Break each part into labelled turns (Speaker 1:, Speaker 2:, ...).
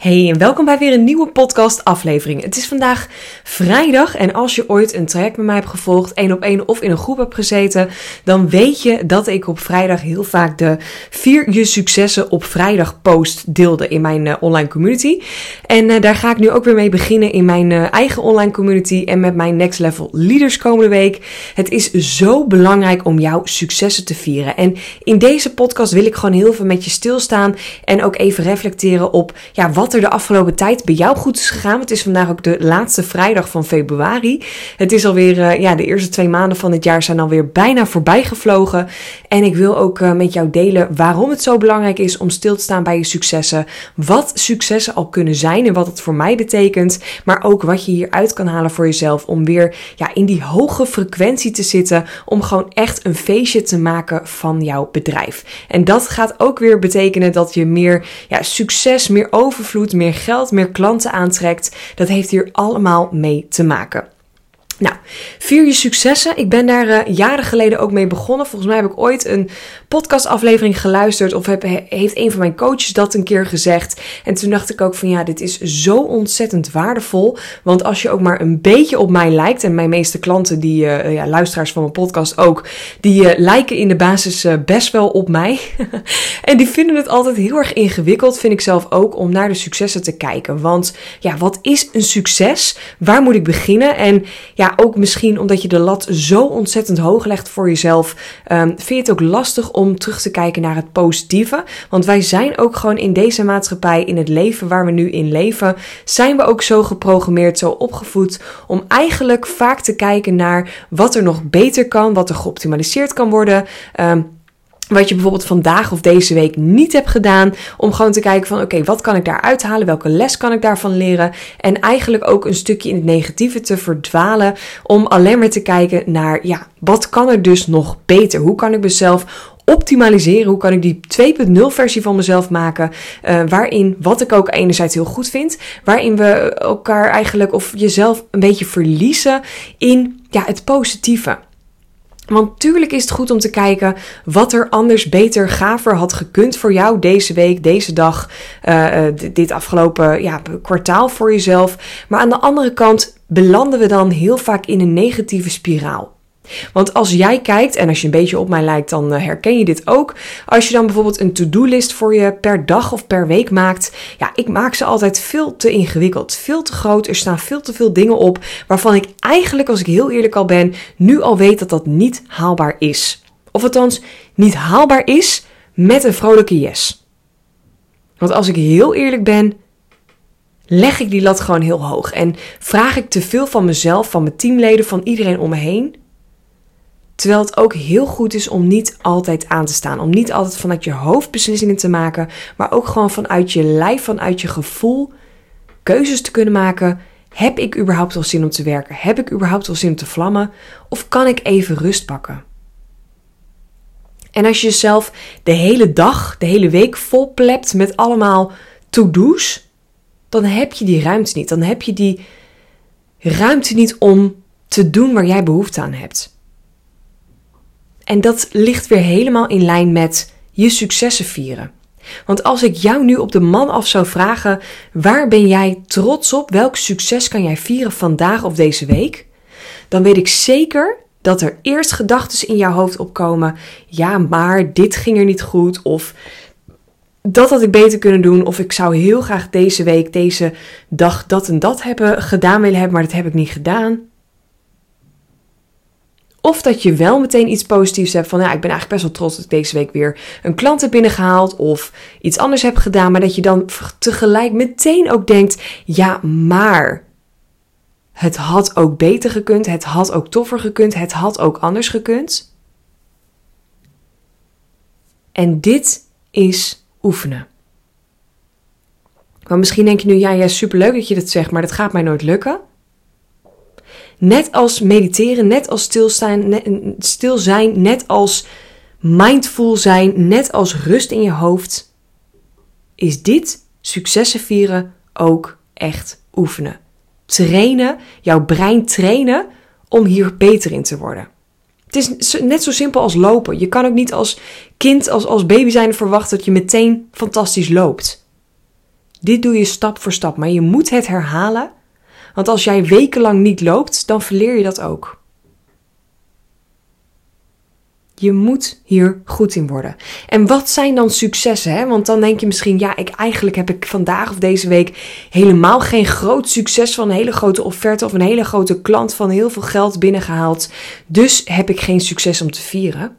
Speaker 1: Hey en welkom bij weer een nieuwe podcast aflevering. Het is vandaag vrijdag en als je ooit een traject met mij hebt gevolgd, 1-op-1 of in een groep hebt gezeten, dan weet je dat ik op vrijdag heel vaak de 4 je successen op vrijdag post deelde in mijn online community. En daar ga ik nu ook weer mee beginnen in mijn eigen online community en met mijn Next Level Leaders komende week. Het is zo belangrijk om jouw successen te vieren. En in deze podcast wil ik gewoon heel veel met je stilstaan en ook even reflecteren op wat er de afgelopen tijd bij jou goed is gegaan. Het is vandaag ook de laatste vrijdag van februari. Het is alweer, de eerste 2 maanden van het jaar zijn alweer bijna voorbij gevlogen. En ik wil ook met jou delen waarom het zo belangrijk is om stil te staan bij je successen. Wat successen al kunnen zijn en wat het voor mij betekent. Maar ook wat je hieruit kan halen voor jezelf om weer in die hoge frequentie te zitten. Om gewoon echt een feestje te maken van jouw bedrijf. En dat gaat ook weer betekenen dat je meer succes, meer overvloed, meer geld, meer klanten aantrekt. Dat heeft hier allemaal mee te maken. Nou, 4 je successen. Ik ben daar jaren geleden ook mee begonnen. Volgens mij heb ik ooit een podcastaflevering geluisterd of heeft een van mijn coaches dat een keer gezegd. En toen dacht ik ook van dit is zo ontzettend waardevol. Want als je ook maar een beetje op mij lijkt, en mijn meeste klanten, die luisteraars van mijn podcast ook, die lijken in de basis best wel op mij. En die vinden het altijd heel erg ingewikkeld, vind ik zelf ook, om naar de successen te kijken. Want wat is een succes? Waar moet ik beginnen? En ook misschien omdat je de lat zo ontzettend hoog legt voor jezelf, vind je het ook lastig om terug te kijken naar het positieve. Want wij zijn ook gewoon in deze maatschappij, in het leven waar we nu in leven, zijn we ook zo geprogrammeerd, zo opgevoed om eigenlijk vaak te kijken naar wat er nog beter kan, wat er geoptimaliseerd kan worden. Wat je bijvoorbeeld vandaag of deze week niet hebt gedaan. Om gewoon te kijken van wat kan ik daar uithalen? Welke les kan ik daarvan leren? En eigenlijk ook een stukje in het negatieve te verdwalen. Om alleen maar te kijken naar wat kan er dus nog beter? Hoe kan ik mezelf optimaliseren? Hoe kan ik die 2.0 versie van mezelf maken? Waarin, wat ik ook enerzijds heel goed vind. Waarin we elkaar eigenlijk of jezelf een beetje verliezen in het positieve. Want tuurlijk is het goed om te kijken wat er anders, beter, gaver had gekund voor jou deze week, deze dag, dit afgelopen kwartaal voor jezelf. Maar aan de andere kant belanden we dan heel vaak in een negatieve spiraal. Want als jij kijkt, en als je een beetje op mij lijkt, dan herken je dit ook. Als je dan bijvoorbeeld een to-do-list voor je per dag of per week maakt. Ik maak ze altijd veel te ingewikkeld, veel te groot. Er staan veel te veel dingen op waarvan ik eigenlijk, als ik heel eerlijk al ben, nu al weet dat dat niet haalbaar is. Of althans, niet haalbaar is met een vrolijke yes. Want als ik heel eerlijk ben, leg ik die lat gewoon heel hoog. En vraag ik te veel van mezelf, van mijn teamleden, van iedereen om me heen. Terwijl het ook heel goed is om niet altijd aan te staan. Om niet altijd vanuit je hoofd beslissingen te maken. Maar ook gewoon vanuit je lijf, vanuit je gevoel keuzes te kunnen maken. Heb ik überhaupt wel zin om te werken? Heb ik überhaupt wel zin om te vlammen? Of kan ik even rust pakken? En als je jezelf de hele dag, de hele week volplept met allemaal to-do's, dan heb je die ruimte niet. Dan heb je die ruimte niet om te doen waar jij behoefte aan hebt. En dat ligt weer helemaal in lijn met je successen vieren. Want als ik jou nu op de man af zou vragen, waar ben jij trots op? Welk succes kan jij vieren vandaag of deze week? Dan weet ik zeker dat er eerst gedachten in jouw hoofd opkomen. Ja, maar dit ging er niet goed. Of dat had ik beter kunnen doen. Of ik zou heel graag deze week, deze dag dat en dat gedaan willen hebben, maar dat heb ik niet gedaan. Of dat je wel meteen iets positiefs hebt van, ik ben eigenlijk best wel trots dat ik deze week weer een klant heb binnengehaald of iets anders heb gedaan, maar dat je dan tegelijk meteen ook denkt, maar het had ook beter gekund, het had ook toffer gekund, het had ook anders gekund. En dit is oefenen. Want misschien denk je nu, superleuk dat je dat zegt, maar dat gaat mij nooit lukken. Net als mediteren, net als stil zijn, net als mindful zijn, net als rust in je hoofd, is dit successen vieren ook echt oefenen. Trainen, jouw brein trainen om hier beter in te worden. Het is net zo simpel als lopen. Je kan ook niet als kind, als baby zijn verwachten dat je meteen fantastisch loopt. Dit doe je stap voor stap, maar je moet het herhalen. Want als jij wekenlang niet loopt, dan verleer je dat ook. Je moet hier goed in worden. En wat zijn dan successen? Hè? Want dan denk je misschien, eigenlijk heb ik vandaag of deze week helemaal geen groot succes van een hele grote offerte of een hele grote klant van heel veel geld binnengehaald. Dus heb ik geen succes om te vieren.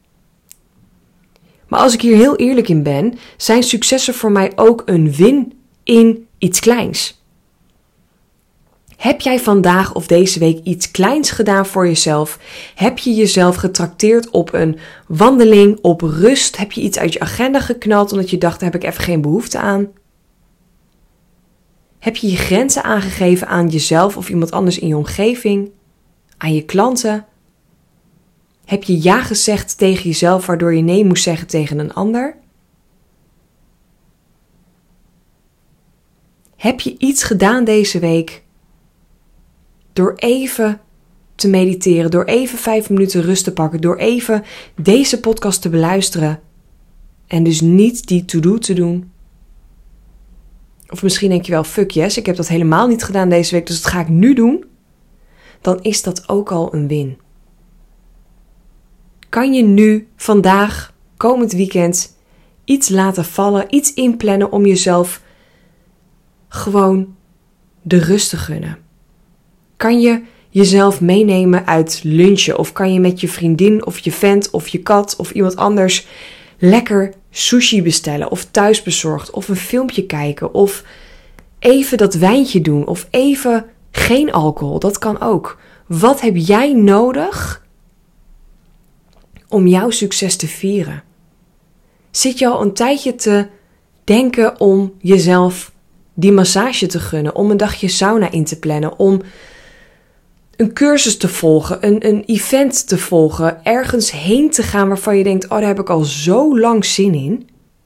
Speaker 1: Maar als ik hier heel eerlijk in ben, zijn successen voor mij ook een win in iets kleins. Heb jij vandaag of deze week iets kleins gedaan voor jezelf? Heb je jezelf getrakteerd op een wandeling, op rust? Heb je iets uit je agenda geknald omdat je dacht, daar heb ik even geen behoefte aan? Heb je je grenzen aangegeven aan jezelf of iemand anders in je omgeving? Aan je klanten? Heb je ja gezegd tegen jezelf waardoor je nee moest zeggen tegen een ander? Heb je iets gedaan deze week door even te mediteren, door even 5 minuten rust te pakken, door even deze podcast te beluisteren en dus niet die to-do te doen? Of misschien denk je wel, fuck yes, ik heb dat helemaal niet gedaan deze week, dus dat ga ik nu doen. Dan is dat ook al een win. Kan je nu, vandaag, komend weekend, iets laten vallen, iets inplannen om jezelf gewoon de rust te gunnen? Kan je jezelf meenemen uit lunchen? Of kan je met je vriendin of je vent of je kat of iemand anders lekker sushi bestellen? Of thuisbezorgd? Of een filmpje kijken? Of even dat wijntje doen? Of even geen alcohol? Dat kan ook. Wat heb jij nodig om jouw succes te vieren? Zit je al een tijdje te denken om jezelf die massage te gunnen? Om een dagje sauna in te plannen? Om een cursus te volgen, een event te volgen, ergens heen te gaan waarvan je denkt, daar heb ik al zo lang zin in.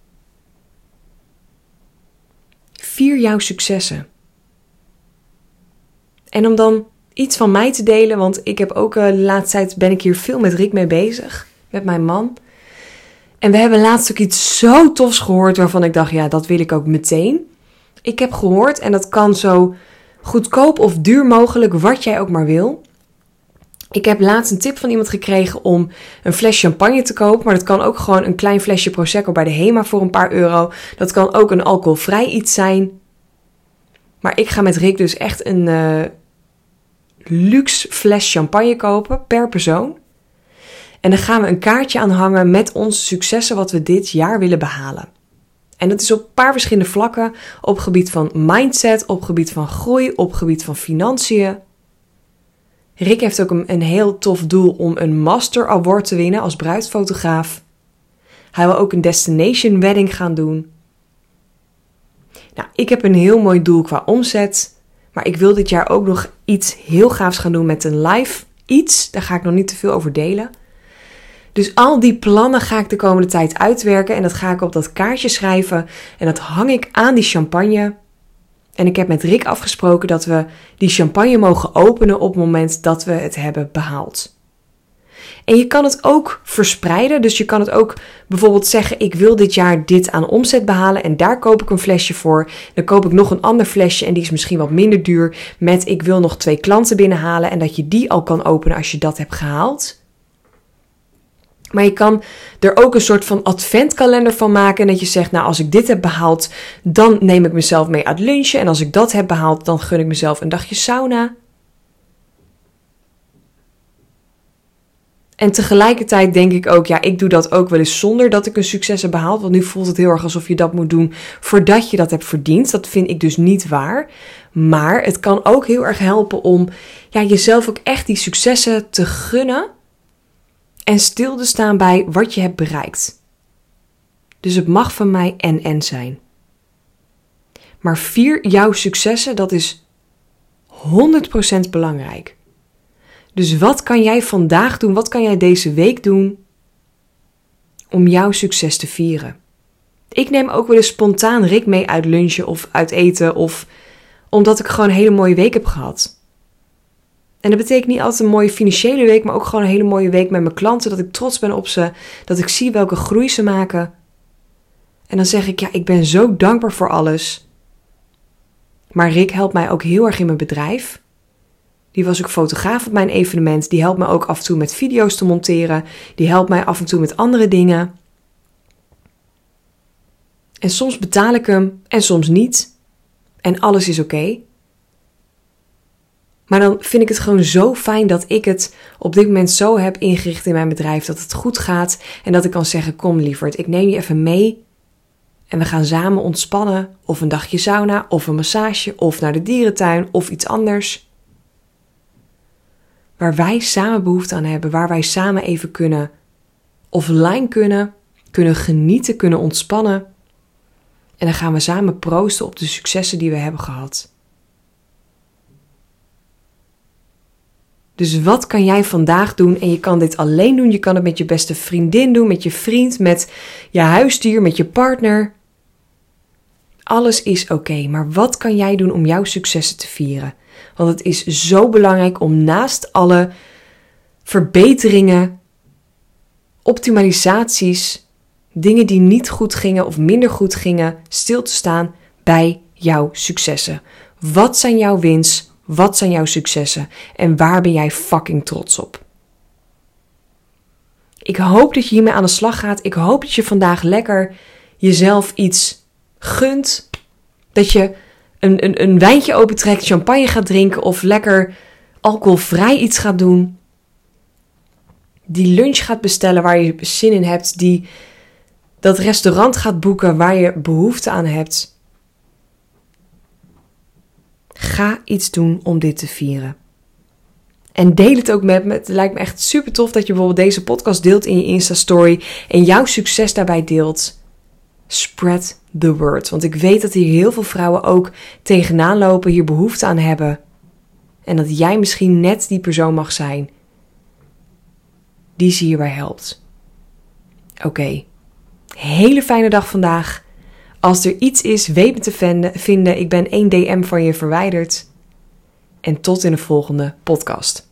Speaker 1: Vier jouw successen. En om dan iets van mij te delen, want ik heb ook de laatste tijd ben ik hier veel met Rick mee bezig, met mijn man. En we hebben laatst ook iets zo tofs gehoord waarvan ik dacht, dat wil ik ook meteen. Ik heb gehoord, en dat kan zo goedkoop of duur mogelijk, wat jij ook maar wil. Ik heb laatst een tip van iemand gekregen om een fles champagne te kopen. Maar dat kan ook gewoon een klein flesje Prosecco bij de HEMA voor een paar euro. Dat kan ook een alcoholvrij iets zijn. Maar ik ga met Rick dus echt een luxe fles champagne kopen per persoon. En dan gaan we een kaartje aan hangen met onze successen wat we dit jaar willen behalen. En dat is op een paar verschillende vlakken. Op gebied van mindset, op gebied van groei, op gebied van financiën. Rick heeft ook een heel tof doel om een Master Award te winnen als bruidsfotograaf. Hij wil ook een destination wedding gaan doen. Nou, ik heb een heel mooi doel qua omzet. Maar ik wil dit jaar ook nog iets heel gaafs gaan doen met een live iets. Daar ga ik nog niet te veel over delen. Dus al die plannen ga ik de komende tijd uitwerken. En dat ga ik op dat kaartje schrijven. En dat hang ik aan die champagne. En ik heb met Rick afgesproken dat we die champagne mogen openen op het moment dat we het hebben behaald. En je kan het ook verspreiden. Dus je kan het ook bijvoorbeeld zeggen, ik wil dit jaar dit aan omzet behalen. En daar koop ik een flesje voor. Dan koop ik nog een ander flesje en die is misschien wat minder duur. Met ik wil nog 2 klanten binnenhalen. En dat je die al kan openen als je dat hebt gehaald. Maar je kan er ook een soort van adventkalender van maken. En dat je zegt, als ik dit heb behaald, dan neem ik mezelf mee uit lunchen. En als ik dat heb behaald, dan gun ik mezelf een dagje sauna. En tegelijkertijd denk ik ook, ik doe dat ook wel eens zonder dat ik een succes heb behaald. Want nu voelt het heel erg alsof je dat moet doen voordat je dat hebt verdiend. Dat vind ik dus niet waar. Maar het kan ook heel erg helpen om jezelf ook echt die successen te gunnen. En stil te staan bij wat je hebt bereikt. Dus het mag van mij en zijn. Maar vier jouw successen, dat is 100% belangrijk. Dus wat kan jij vandaag doen? Wat kan jij deze week doen om jouw succes te vieren? Ik neem ook wel eens spontaan Rick mee uit lunchen of uit eten. Of omdat ik gewoon een hele mooie week heb gehad. En dat betekent niet altijd een mooie financiële week, maar ook gewoon een hele mooie week met mijn klanten. Dat ik trots ben op ze, dat ik zie welke groei ze maken. En dan zeg ik, ik ben zo dankbaar voor alles. Maar Rick helpt mij ook heel erg in mijn bedrijf. Die was ook fotograaf op mijn evenement. Die helpt me ook af en toe met video's te monteren. Die helpt mij af en toe met andere dingen. En soms betaal ik hem en soms niet. En alles is oké. Maar dan vind ik het gewoon zo fijn dat ik het op dit moment zo heb ingericht in mijn bedrijf. Dat het goed gaat en dat ik kan zeggen, kom lieverd, ik neem je even mee. En we gaan samen ontspannen. Of een dagje sauna, of een massage, of naar de dierentuin, of iets anders. Waar wij samen behoefte aan hebben, waar wij samen even kunnen offline kunnen genieten, kunnen ontspannen. En dan gaan we samen proosten op de successen die we hebben gehad. Dus wat kan jij vandaag doen? En je kan dit alleen doen. Je kan het met je beste vriendin doen, met je vriend, met je huisdier, met je partner. Alles is oké. Maar wat kan jij doen om jouw successen te vieren? Want het is zo belangrijk om naast alle verbeteringen, optimalisaties, dingen die niet goed gingen of minder goed gingen, stil te staan bij jouw successen. Wat zijn jouw wins? Wat zijn jouw successen? En waar ben jij fucking trots op? Ik hoop dat je hiermee aan de slag gaat. Ik hoop dat je vandaag lekker jezelf iets gunt. Dat je een wijntje opentrekt, champagne gaat drinken of lekker alcoholvrij iets gaat doen. Die lunch gaat bestellen waar je zin in hebt. Dat restaurant gaat boeken waar je behoefte aan hebt. Ga iets doen om dit te vieren. En deel het ook met me. Het lijkt me echt super tof dat je bijvoorbeeld deze podcast deelt in je Insta-story. En jouw succes daarbij deelt. Spread the word. Want ik weet dat hier heel veel vrouwen ook tegenaan lopen. Hier behoefte aan hebben. En dat jij misschien net die persoon mag zijn. Die ze hierbij helpt. Oké. Hele fijne dag vandaag. Als er iets is, weet me te vinden. Ik ben 1 DM van je verwijderd. En tot in de volgende podcast.